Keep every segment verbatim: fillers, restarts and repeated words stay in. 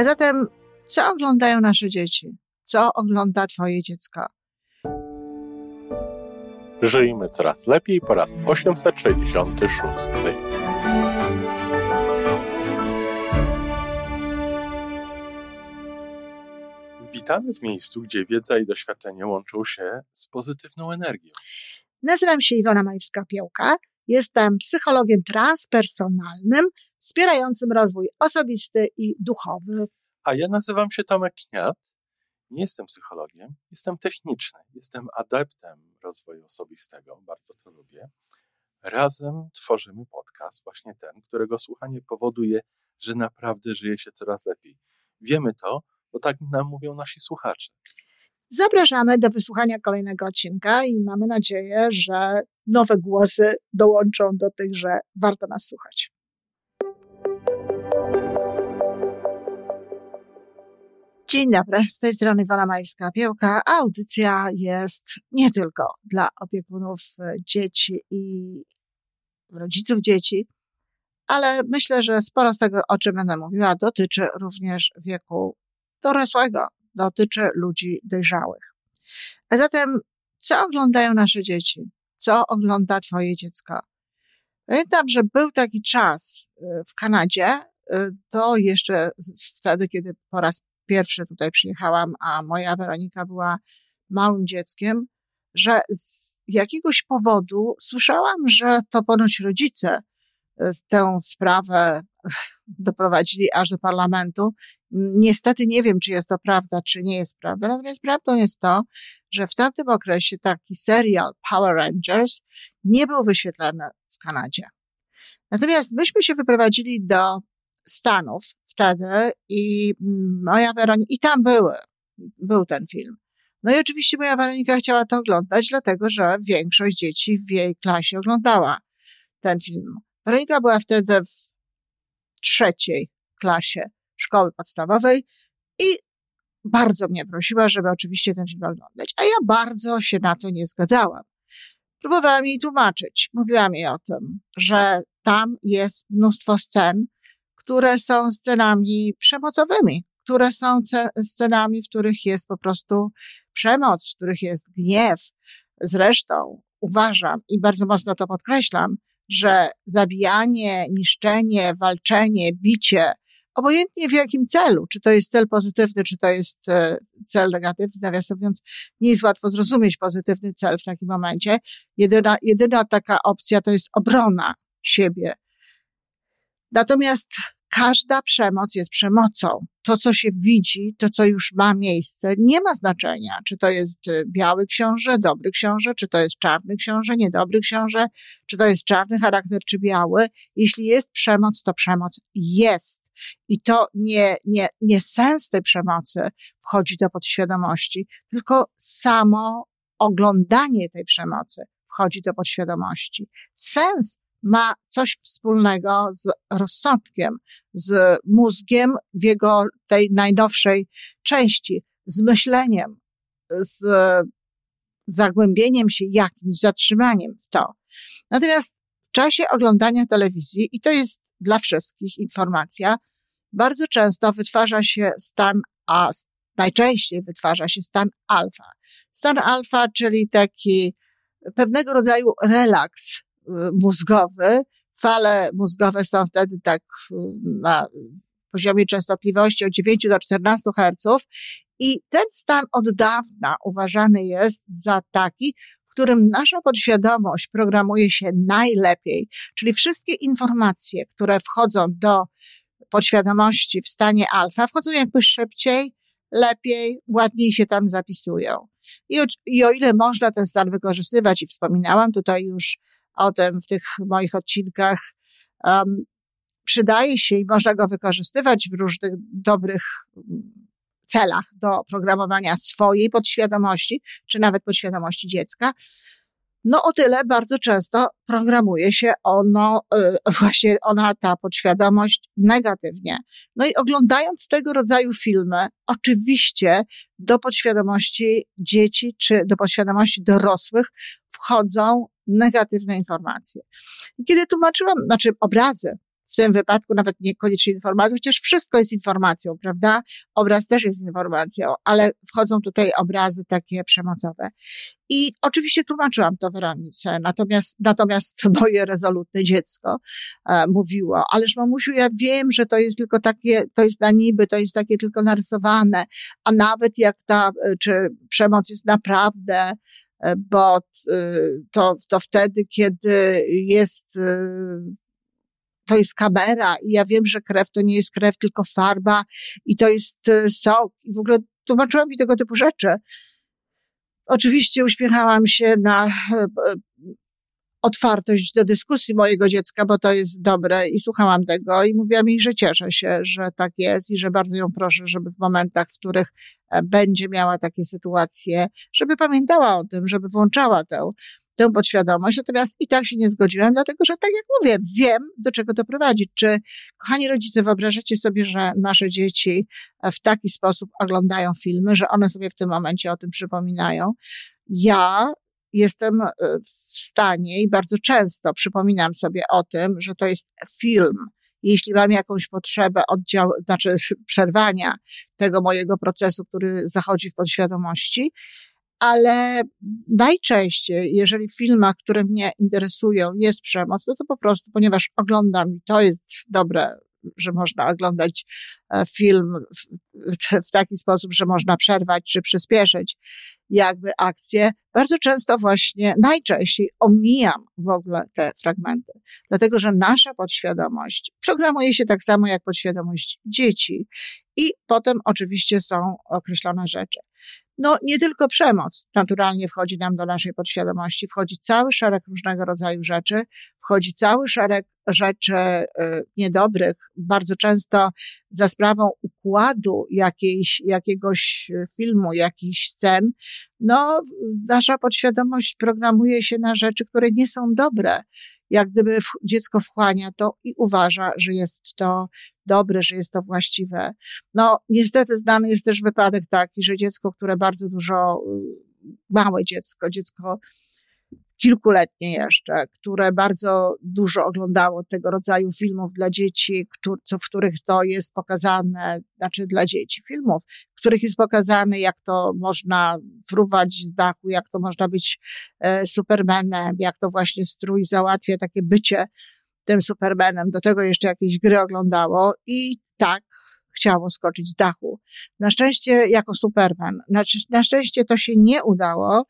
A zatem, co oglądają nasze dzieci? Co ogląda twoje dziecko? Żyjmy coraz lepiej po raz osiemset sześćdziesiąty szósty. Witamy w miejscu, gdzie wiedza i doświadczenie łączą się z pozytywną energią. Nazywam się Iwona Majewska-Piołka. Jestem psychologiem transpersonalnym, wspierającym rozwój osobisty i duchowy. A ja nazywam się Tomek Kniat. Nie jestem psychologiem, jestem techniczny. Jestem adeptem rozwoju osobistego, bardzo to lubię. Razem tworzymy podcast, właśnie ten, którego słuchanie powoduje, że naprawdę żyje się coraz lepiej. Wiemy to, bo tak nam mówią nasi słuchacze. Zapraszamy do wysłuchania kolejnego odcinka i mamy nadzieję, że nowe głosy dołączą do tych, że warto nas słuchać. Dzień dobry, z tej strony Iwona Majewska-Piołka. Audycja jest nie tylko dla opiekunów dzieci i rodziców dzieci, ale myślę, że sporo z tego, o czym będę mówiła, dotyczy również wieku dorosłego, dotyczy ludzi dojrzałych. A zatem, co oglądają nasze dzieci? Co ogląda twoje dziecko? Pamiętam, że był taki czas w Kanadzie, to jeszcze wtedy, kiedy po raz pierwszy tutaj przyjechałam, a moja Weronika była małym dzieckiem, że z jakiegoś powodu słyszałam, że to ponoć rodzice tę sprawę doprowadzili aż do parlamentu. Niestety nie wiem, czy jest to prawda, czy nie jest prawda. Natomiast prawdą jest to, że w tamtym okresie taki serial Power Rangers nie był wyświetlany w Kanadzie. Natomiast myśmy się wyprowadzili do Stanów wtedy i moja Weronika, i tam były, był ten film. No i oczywiście moja Weronika chciała to oglądać, dlatego że większość dzieci w jej klasie oglądała ten film. Weronika była wtedy w trzeciej klasie szkoły podstawowej i bardzo mnie prosiła, żeby oczywiście ten film oglądać. A ja bardzo się na to nie zgadzałam. Próbowałam jej tłumaczyć. Mówiłam jej o tym, że tam jest mnóstwo scen, które są scenami przemocowymi, które są scenami, w których jest po prostu przemoc, w których jest gniew. Zresztą uważam i bardzo mocno to podkreślam, że zabijanie, niszczenie, walczenie, bicie, obojętnie w jakim celu, czy to jest cel pozytywny, czy to jest cel negatywny, nawiasem mówiąc, nie jest łatwo zrozumieć pozytywny cel w takim momencie. Jedyna, jedyna taka opcja to jest obrona siebie. Natomiast każda przemoc jest przemocą. To, co się widzi, to, co już ma miejsce, nie ma znaczenia, czy to jest biały książę, dobry książę, czy to jest czarny książę, niedobry książę, czy to jest czarny charakter, czy biały. Jeśli jest przemoc, to przemoc jest. I to nie, nie, nie sens tej przemocy wchodzi do podświadomości, tylko samo oglądanie tej przemocy wchodzi do podświadomości. Sens ma coś wspólnego z rozsądkiem, z mózgiem w jego tej najnowszej części, z myśleniem, z zagłębieniem się jakimś, zatrzymaniem w to. Natomiast w czasie oglądania telewizji, i to jest dla wszystkich informacja, bardzo często wytwarza się stan, a najczęściej wytwarza się stan alfa. Stan alfa, czyli taki pewnego rodzaju relaks mózgowy. Fale mózgowe są wtedy tak na poziomie częstotliwości od dziewięć do czternastu herców i ten stan od dawna uważany jest za taki, w którym nasza podświadomość programuje się najlepiej, czyli wszystkie informacje, które wchodzą do podświadomości w stanie alfa, wchodzą jakby szybciej, lepiej, ładniej się tam zapisują. I o, i o ile można ten stan wykorzystywać, i wspominałam tutaj już o tym w tych moich odcinkach, um, przydaje się i można go wykorzystywać w różnych dobrych celach do programowania swojej podświadomości, czy nawet podświadomości dziecka, no o tyle bardzo często programuje się ono, właśnie ona, ta podświadomość negatywnie. No i oglądając tego rodzaju filmy, oczywiście do podświadomości dzieci, czy do podświadomości dorosłych wchodzą negatywne informacje. I kiedy tłumaczyłam, znaczy obrazy, w tym wypadku nawet niekoniecznie informacją, chociaż wszystko jest informacją, prawda? Obraz też jest informacją, ale wchodzą tutaj obrazy takie przemocowe. I oczywiście tłumaczyłam to Weronice, natomiast, natomiast moje rezolutne dziecko e, mówiło, ależ mamusiu, ja wiem, że to jest tylko takie, to jest na niby, to jest takie tylko narysowane, a nawet jak ta, czy przemoc jest naprawdę, bo to, to wtedy, kiedy jest, to jest kamera i ja wiem, że krew to nie jest krew, tylko farba i to jest sok i w ogóle tłumaczyłam mi tego typu rzeczy. Oczywiście uśmiechałam się na otwartość do dyskusji mojego dziecka, bo to jest dobre i słuchałam tego i mówiłam jej, że cieszę się, że tak jest i że bardzo ją proszę, żeby w momentach, w których będzie miała takie sytuacje, żeby pamiętała o tym, żeby włączała tę, tę podświadomość. Natomiast i tak się nie zgodziłam, dlatego że tak jak mówię, wiem, do czego to prowadzi. Czy, kochani rodzice, wyobrażacie sobie, że nasze dzieci w taki sposób oglądają filmy, że one sobie w tym momencie o tym przypominają? Ja jestem w stanie i bardzo często przypominam sobie o tym, że to jest film. Jeśli mam jakąś potrzebę oddział, znaczy przerwania tego mojego procesu, który zachodzi w podświadomości, ale najczęściej, jeżeli w filmach, które mnie interesują, jest przemoc, no to po prostu, ponieważ oglądam i to jest dobre, że można oglądać film w, w taki sposób, że można przerwać czy przyspieszyć jakby akcję, bardzo często właśnie, najczęściej omijam w ogóle te fragmenty. Dlatego, że nasza podświadomość programuje się tak samo jak podświadomość dzieci i potem oczywiście są określone rzeczy. No, nie tylko przemoc naturalnie wchodzi nam do naszej podświadomości, wchodzi cały szereg różnego rodzaju rzeczy, wchodzi cały szereg rzeczy y, niedobrych, bardzo często za sprawą układu jakiejś, jakiegoś filmu, jakichś scen, no, nasza podświadomość programuje się na rzeczy, które nie są dobre. Jak gdyby w, dziecko wchłania to i uważa, że jest to dobre, że jest to właściwe. No, niestety znany jest też wypadek taki, że dziecko, które bardzo dużo, małe dziecko, dziecko kilkuletnie jeszcze, które bardzo dużo oglądało tego rodzaju filmów dla dzieci, co, w których to jest pokazane, znaczy dla dzieci, filmów, w których jest pokazane, jak to można fruwać z dachu, jak to można być e, Supermanem, jak to właśnie strój załatwia takie bycie tym Supermanem. Do tego jeszcze jakieś gry oglądało i tak chciało skoczyć z dachu. Na szczęście jako Superman. Na, na szczęście to się nie udało,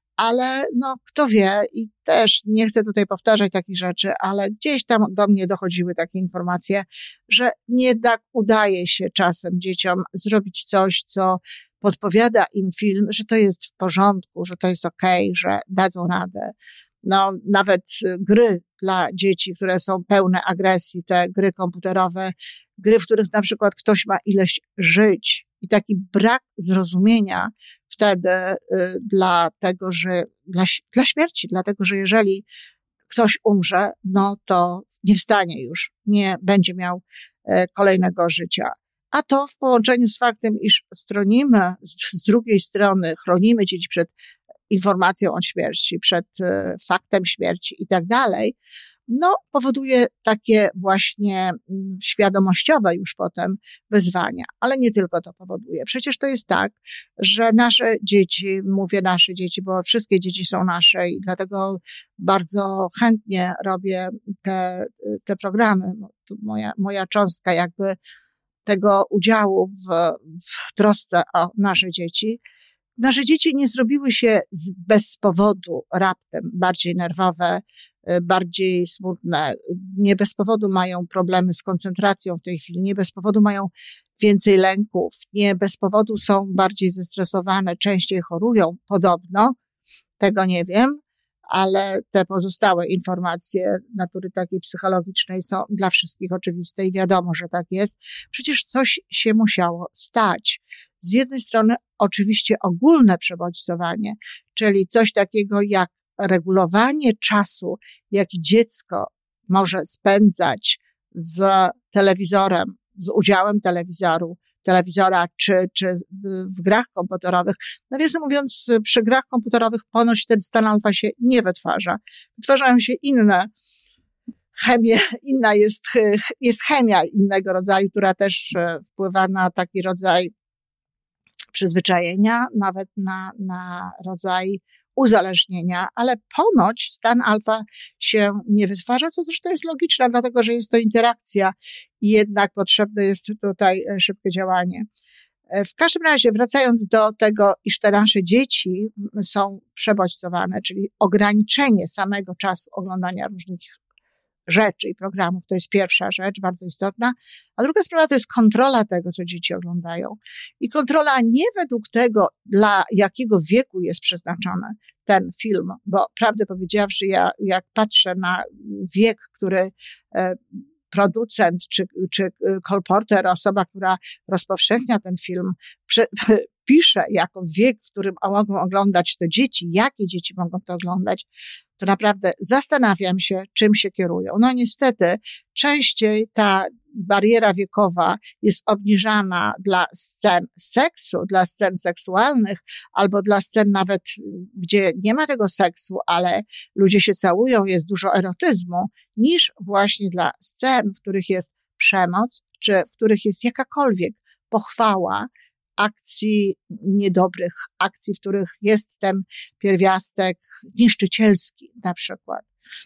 ale no kto wie i też nie chcę tutaj powtarzać takich rzeczy, ale gdzieś tam do mnie dochodziły takie informacje, że nie tak udaje się czasem dzieciom zrobić coś, co podpowiada im film, że to jest w porządku, że to jest okej, że dadzą radę. No nawet gry dla dzieci, które są pełne agresji, te gry komputerowe, gry, w których na przykład ktoś ma ileś żyć i taki brak zrozumienia wtedy y, dla tego, że dla, dla śmierci, dlatego, że jeżeli ktoś umrze, no to nie wstanie już, nie będzie miał y, kolejnego życia. A to w połączeniu z faktem, iż stronimy, z, z drugiej strony chronimy dzieci przed informacją o śmierci, przed y, faktem śmierci i tak dalej, no powoduje takie właśnie świadomościowe już potem wyzwania. Ale nie tylko to powoduje. Przecież to jest tak, że nasze dzieci, mówię nasze dzieci, bo wszystkie dzieci są nasze i dlatego bardzo chętnie robię te, te programy. Moja, moja cząstka jakby tego udziału w, w trosce o nasze dzieci. Nasze dzieci nie zrobiły się z, bez powodu raptem bardziej nerwowe, bardziej smutne. Nie bez powodu mają problemy z koncentracją w tej chwili, nie bez powodu mają więcej lęków, nie bez powodu są bardziej zestresowane, częściej chorują, podobno. Tego nie wiem, ale te pozostałe informacje natury takiej psychologicznej są dla wszystkich oczywiste i wiadomo, że tak jest. Przecież coś się musiało stać. Z jednej strony oczywiście ogólne przebodźcowanie, czyli coś takiego jak regulowanie czasu, jaki dziecko może spędzać z telewizorem, z udziałem telewizoru, telewizora, czy, czy w grach komputerowych. Nawiasem mówiąc, przy grach komputerowych ponoć ten stan alfa się nie wytwarza. Wytwarzają się inne chemię, inna jest, jest chemia innego rodzaju, która też wpływa na taki rodzaj przyzwyczajenia, nawet na, na rodzaj uzależnienia, ale ponoć stan alfa się nie wytwarza, co zresztą jest logiczne, dlatego że jest to interakcja i jednak potrzebne jest tutaj szybkie działanie. W każdym razie, wracając do tego, iż te nasze dzieci są przebodźcowane, czyli ograniczenie samego czasu oglądania różnych rzeczy i programów, to jest pierwsza rzecz, bardzo istotna. A druga sprawa to jest kontrola tego, co dzieci oglądają. I kontrola nie według tego, dla jakiego wieku jest przeznaczony ten film, bo prawdę powiedziawszy, ja jak patrzę na wiek, który e, producent czy, czy kolporter, osoba, która rozpowszechnia ten film, prze, pisze jako wiek, w którym mogą oglądać to dzieci, jakie dzieci mogą to oglądać, to naprawdę zastanawiam się, czym się kierują. No niestety, częściej ta bariera wiekowa jest obniżana dla scen seksu, dla scen seksualnych, albo dla scen nawet, gdzie nie ma tego seksu, ale ludzie się całują, jest dużo erotyzmu, niż właśnie dla scen, w których jest przemoc, czy w których jest jakakolwiek pochwała akcji niedobrych, akcji, w których jest ten pierwiastek niszczycielski na przykład.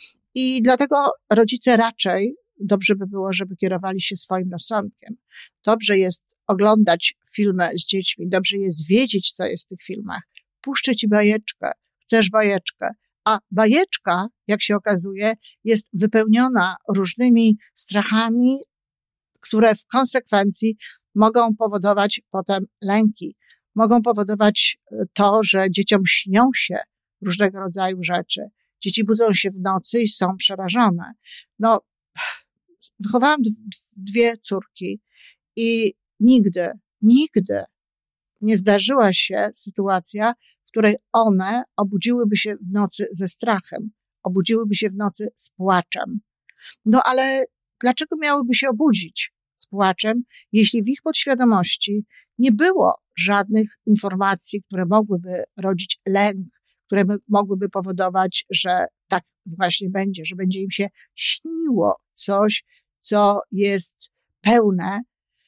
I dlatego rodzice raczej dobrze by było, żeby kierowali się swoim rozsądkiem. Dobrze jest oglądać filmy z dziećmi, dobrze jest wiedzieć, co jest w tych filmach. Puszczę ci bajeczkę, chcesz bajeczkę, a bajeczka, jak się okazuje, jest wypełniona różnymi strachami, które w konsekwencji mogą powodować potem lęki. Mogą powodować to, że dzieciom śnią się różnego rodzaju rzeczy. Dzieci budzą się w nocy i są przerażone. No, wychowałam dwie córki i nigdy, nigdy nie zdarzyła się sytuacja, w której one obudziłyby się w nocy ze strachem, obudziłyby się w nocy z płaczem. No ale dlaczego miałyby się obudzić z płaczem, jeśli w ich podświadomości nie było żadnych informacji, które mogłyby rodzić lęk, które mogłyby powodować, że tak właśnie będzie, że będzie im się śniło coś, co jest pełne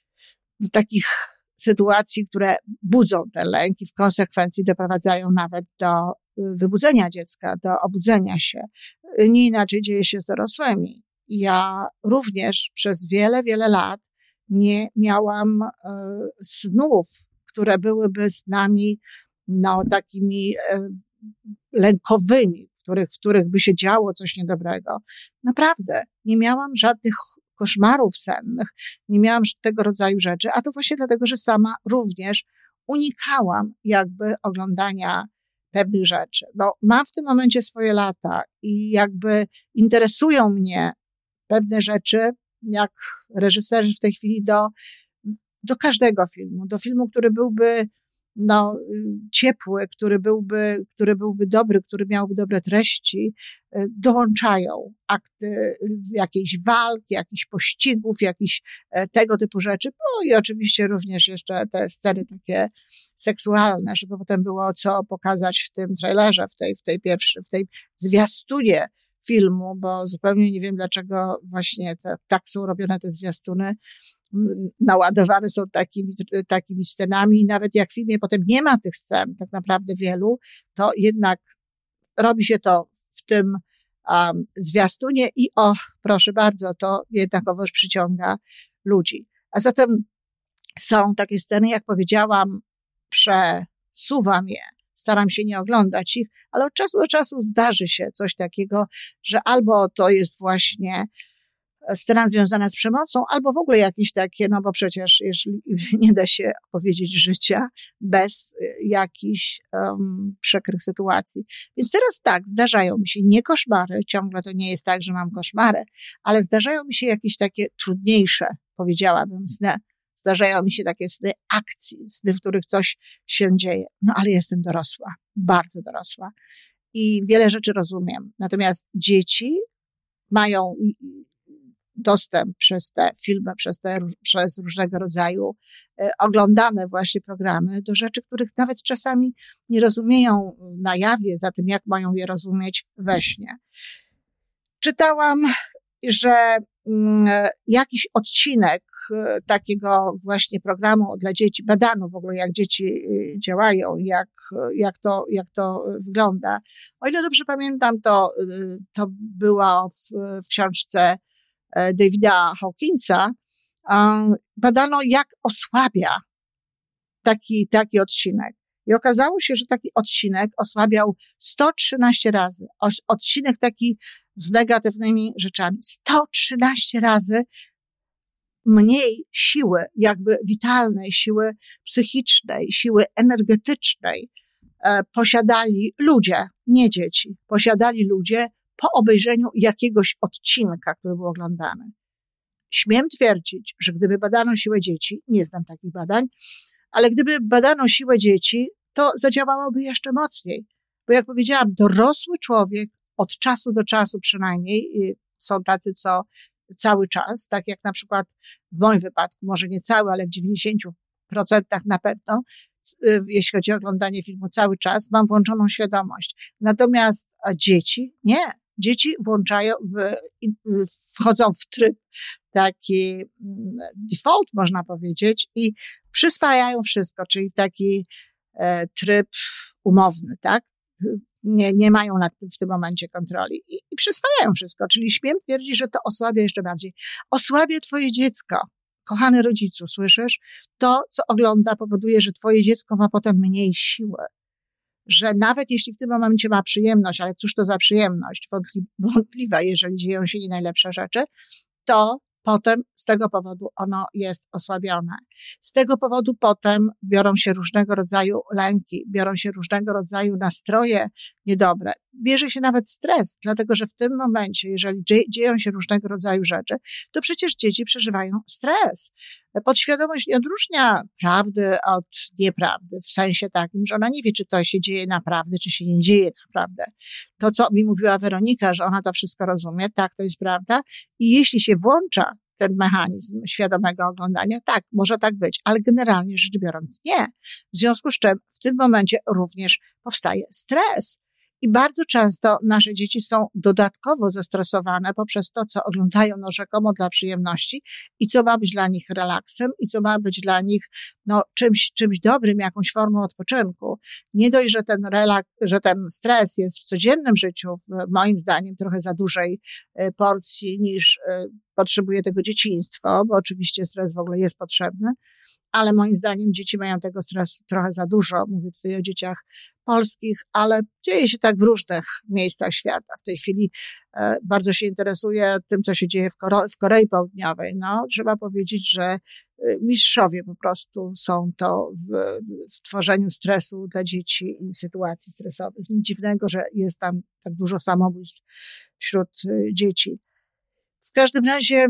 takich sytuacji, które budzą ten lęk i w konsekwencji doprowadzają nawet do wybudzenia dziecka, do obudzenia się. Nie inaczej dzieje się z dorosłymi. Ja również przez wiele, wiele lat nie miałam e, snów, które byłyby z nami, no, takimi e, lękowymi, w których, w których by się działo coś niedobrego. Naprawdę, nie miałam żadnych koszmarów sennych, nie miałam tego rodzaju rzeczy, a to właśnie dlatego, że sama również unikałam jakby oglądania pewnych rzeczy. No, mam w tym momencie swoje lata i jakby interesują mnie pewne rzeczy, jak reżyserzy w tej chwili do, do każdego filmu, do filmu, który byłby no, ciepły, który byłby, który byłby dobry, który miałby dobre treści, dołączają akty jakiejś walki, jakichś pościgów, jakichś tego typu rzeczy, no i oczywiście również jeszcze te sceny takie seksualne, żeby potem było co pokazać w tym trailerze, w tej, w tej pierwszej, w tej zwiastunie filmu, bo zupełnie nie wiem, dlaczego właśnie te, tak są robione te zwiastuny, naładowane są takimi, takimi scenami i nawet jak w filmie potem nie ma tych scen, tak naprawdę wielu, to jednak robi się to w tym um, zwiastunie i o, proszę bardzo, to jednakowoż przyciąga ludzi. A zatem są takie sceny, jak powiedziałam, przesuwam je, staram się nie oglądać ich, ale od czasu do czasu zdarzy się coś takiego, że albo to jest właśnie scena związana z przemocą, albo w ogóle jakieś takie, no bo przecież jeśli nie da się opowiedzieć życia bez jakichś um, przykrych sytuacji. Więc teraz tak, zdarzają mi się nie koszmary, ciągle to nie jest tak, że mam koszmary, ale zdarzają mi się jakieś takie trudniejsze, powiedziałabym, sny. Zdarzają mi się takie sny akcji, sny, w których coś się dzieje. No ale jestem dorosła, bardzo dorosła i wiele rzeczy rozumiem. Natomiast dzieci mają dostęp przez te filmy, przez te przez różnego rodzaju e, oglądane właśnie programy do rzeczy, których nawet czasami nie rozumieją na jawie, za tym jak mają je rozumieć we śnie. Czytałam że jakiś odcinek takiego właśnie programu dla dzieci, badano w ogóle, jak dzieci działają, jak, jak, to, jak to wygląda. O ile dobrze pamiętam, to, to było w, w książce Davida Hawkinsa. Badano, jak osłabia taki, taki odcinek. I okazało się, że taki odcinek osłabiał sto trzynaście razy. Odcinek taki z negatywnymi rzeczami. sto trzynaście razy mniej siły, jakby witalnej, siły psychicznej, siły energetycznej e, posiadali ludzie, nie dzieci. Posiadali ludzie po obejrzeniu jakiegoś odcinka, który był oglądany. Śmiem twierdzić, że gdyby badano siłę dzieci, nie znam takich badań, ale gdyby badano siłę dzieci, to zadziałałoby jeszcze mocniej. Bo jak powiedziałam, dorosły człowiek od czasu do czasu przynajmniej, są tacy, co cały czas, tak jak na przykład w moim wypadku, może nie cały, ale w dziewięćdziesięciu procentach na pewno, jeśli chodzi o oglądanie filmu cały czas, mam włączoną świadomość. Natomiast dzieci nie. Dzieci włączają, w, wchodzą w tryb taki default, można powiedzieć, i przyswajają wszystko, czyli taki e, tryb umowny, tak? Nie, nie mają nad tym w tym momencie kontroli i, i przyswajają wszystko, czyli śmiem twierdzić, że to osłabia jeszcze bardziej. Osłabia twoje dziecko. Kochany rodzicu, słyszysz? To, co ogląda, powoduje, że twoje dziecko ma potem mniej siły. Że nawet jeśli w tym momencie ma przyjemność, ale cóż to za przyjemność, wątpliwa, jeżeli dzieją się nie najlepsze rzeczy, to potem z tego powodu ono jest osłabione. Z tego powodu potem biorą się różnego rodzaju lęki, biorą się różnego rodzaju nastroje niedobre. Bierze się nawet stres, dlatego że w tym momencie, jeżeli dzieją się różnego rodzaju rzeczy, to przecież dzieci przeżywają stres. Podświadomość nie odróżnia prawdy od nieprawdy, w sensie takim, że ona nie wie, czy to się dzieje naprawdę, czy się nie dzieje naprawdę. To, co mi mówiła Weronika, że ona to wszystko rozumie, tak, to jest prawda. I jeśli się włącza ten mechanizm świadomego oglądania, tak, może tak być, ale generalnie rzecz biorąc nie. W związku z czym w tym momencie również powstaje stres. I bardzo często nasze dzieci są dodatkowo zestresowane poprzez to, co oglądają no rzekomo dla przyjemności i co ma być dla nich relaksem i co ma być dla nich no czymś, czymś dobrym, jakąś formą odpoczynku. Nie dość, że ten relaks, że ten stres jest w codziennym życiu, w moim zdaniem, trochę za dużej porcji niż potrzebuje tego dzieciństwo, bo oczywiście stres w ogóle jest potrzebny, ale moim zdaniem dzieci mają tego stresu trochę za dużo. Mówię tutaj o dzieciach polskich, ale dzieje się tak w różnych miejscach świata. W tej chwili e, bardzo się interesuję tym, co się dzieje w, Koro- w Korei Południowej. No, trzeba powiedzieć, że mistrzowie po prostu są to w, w tworzeniu stresu dla dzieci i sytuacji stresowych. Nic dziwnego, że jest tam tak dużo samobójstw wśród dzieci. W każdym razie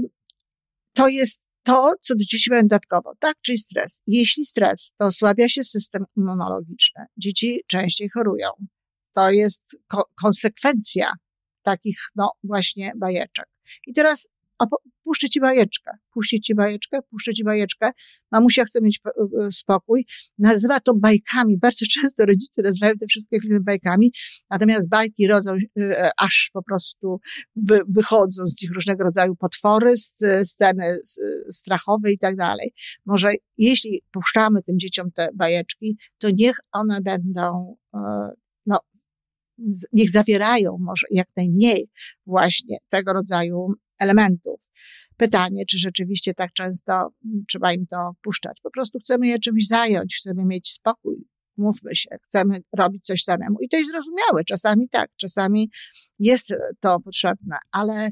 to jest to, co do dzieci mają dodatkowo, tak? Czyli stres. Jeśli stres, to osłabia się system immunologiczny. Dzieci częściej chorują. To jest ko- konsekwencja takich, no właśnie, bajeczek. I teraz opo- puszczę ci bajeczkę. Puszczę ci bajeczkę, puszczę ci bajeczkę. Mamusia chce mieć spokój. Nazywa to bajkami. Bardzo często rodzice nazywają te wszystkie filmy bajkami, natomiast bajki rodzą, aż po prostu wy, wychodzą z nich różnego rodzaju potwory, sceny strachowe i tak dalej. Może jeśli puszczamy tym dzieciom te bajeczki, to niech one będą, no, niech zawierają może jak najmniej właśnie tego rodzaju elementów. Pytanie, czy rzeczywiście tak często trzeba im to puszczać. Po prostu chcemy je czymś zająć, chcemy mieć spokój, mówmy się, chcemy robić coś samemu. I to jest zrozumiałe. Czasami tak, czasami jest to potrzebne, ale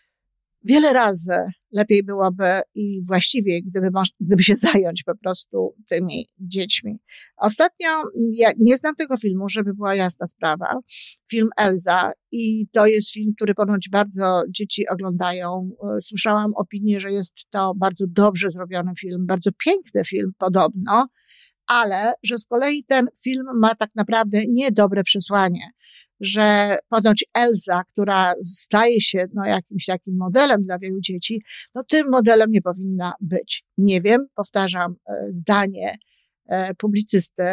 wiele razy lepiej byłoby i właściwie, gdyby, moż, gdyby się zająć po prostu tymi dziećmi. Ostatnio, ja nie znam tego filmu, żeby była jasna sprawa, film Elza i to jest film, który ponoć bardzo dzieci oglądają. Słyszałam opinię, że jest to bardzo dobrze zrobiony film, bardzo piękny film podobno, ale że z kolei ten film ma tak naprawdę niedobre przesłanie, że ponoć Elza, która staje się no, jakimś takim modelem dla wielu dzieci, no tym modelem nie powinna być. Nie wiem, powtarzam zdanie publicysty,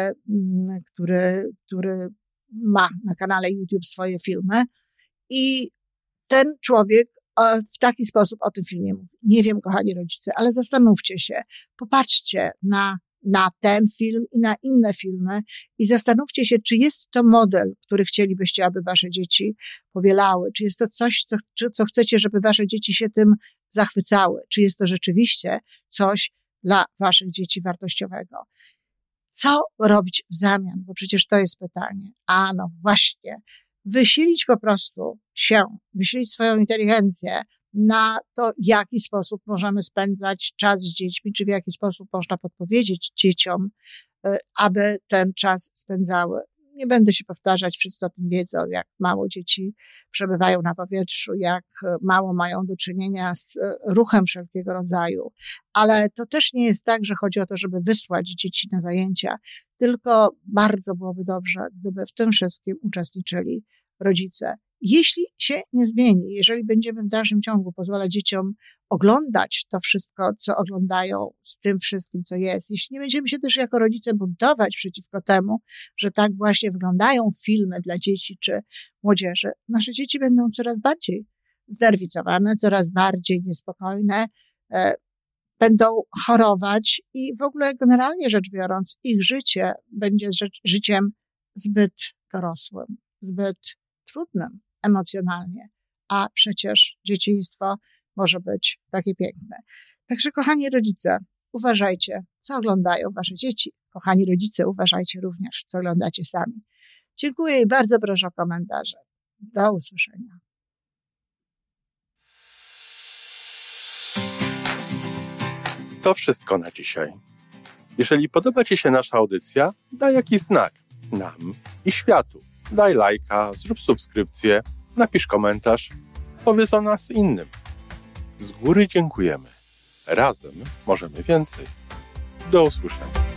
który, który ma na kanale YouTube swoje filmy i ten człowiek w taki sposób o tym filmie mówi. Nie wiem, kochani rodzice, ale zastanówcie się, popatrzcie na, na ten film i na inne filmy i zastanówcie się, czy jest to model, który chcielibyście, aby wasze dzieci powielały, czy jest to coś, co, co chcecie, żeby wasze dzieci się tym zachwycały, czy jest to rzeczywiście coś dla waszych dzieci wartościowego. Co robić w zamian? Bo przecież to jest pytanie. A no właśnie, wysilić po prostu się, wysilić swoją inteligencję na to, w jaki sposób możemy spędzać czas z dziećmi, czy w jaki sposób można podpowiedzieć dzieciom, aby ten czas spędzały. Nie będę się powtarzać, wszyscy o tym wiedzą, jak mało dzieci przebywają na powietrzu, jak mało mają do czynienia z ruchem wszelkiego rodzaju. Ale to też nie jest tak, że chodzi o to, żeby wysłać dzieci na zajęcia, tylko bardzo byłoby dobrze, gdyby w tym wszystkim uczestniczyli rodzice. Jeśli się nie zmieni, jeżeli będziemy w dalszym ciągu pozwalać dzieciom oglądać to wszystko, co oglądają z tym wszystkim, co jest, jeśli nie będziemy się też jako rodzice buntować przeciwko temu, że tak właśnie wyglądają filmy dla dzieci czy młodzieży, nasze dzieci będą coraz bardziej znerwicowane, coraz bardziej niespokojne, e, będą chorować i w ogóle generalnie rzecz biorąc, ich życie będzie rzecz, życiem zbyt dorosłym, zbyt trudnym emocjonalnie, a przecież dzieciństwo może być takie piękne. Także kochani rodzice, uważajcie, co oglądają wasze dzieci. Kochani rodzice, uważajcie również, co oglądacie sami. Dziękuję i bardzo proszę o komentarze. Do usłyszenia. To wszystko na dzisiaj. Jeżeli podoba ci się nasza audycja, daj jakiś znak nam i światu. Daj lajka, zrób subskrypcję, napisz komentarz, powiedz o nas innym. Z góry dziękujemy. Razem możemy więcej. Do usłyszenia.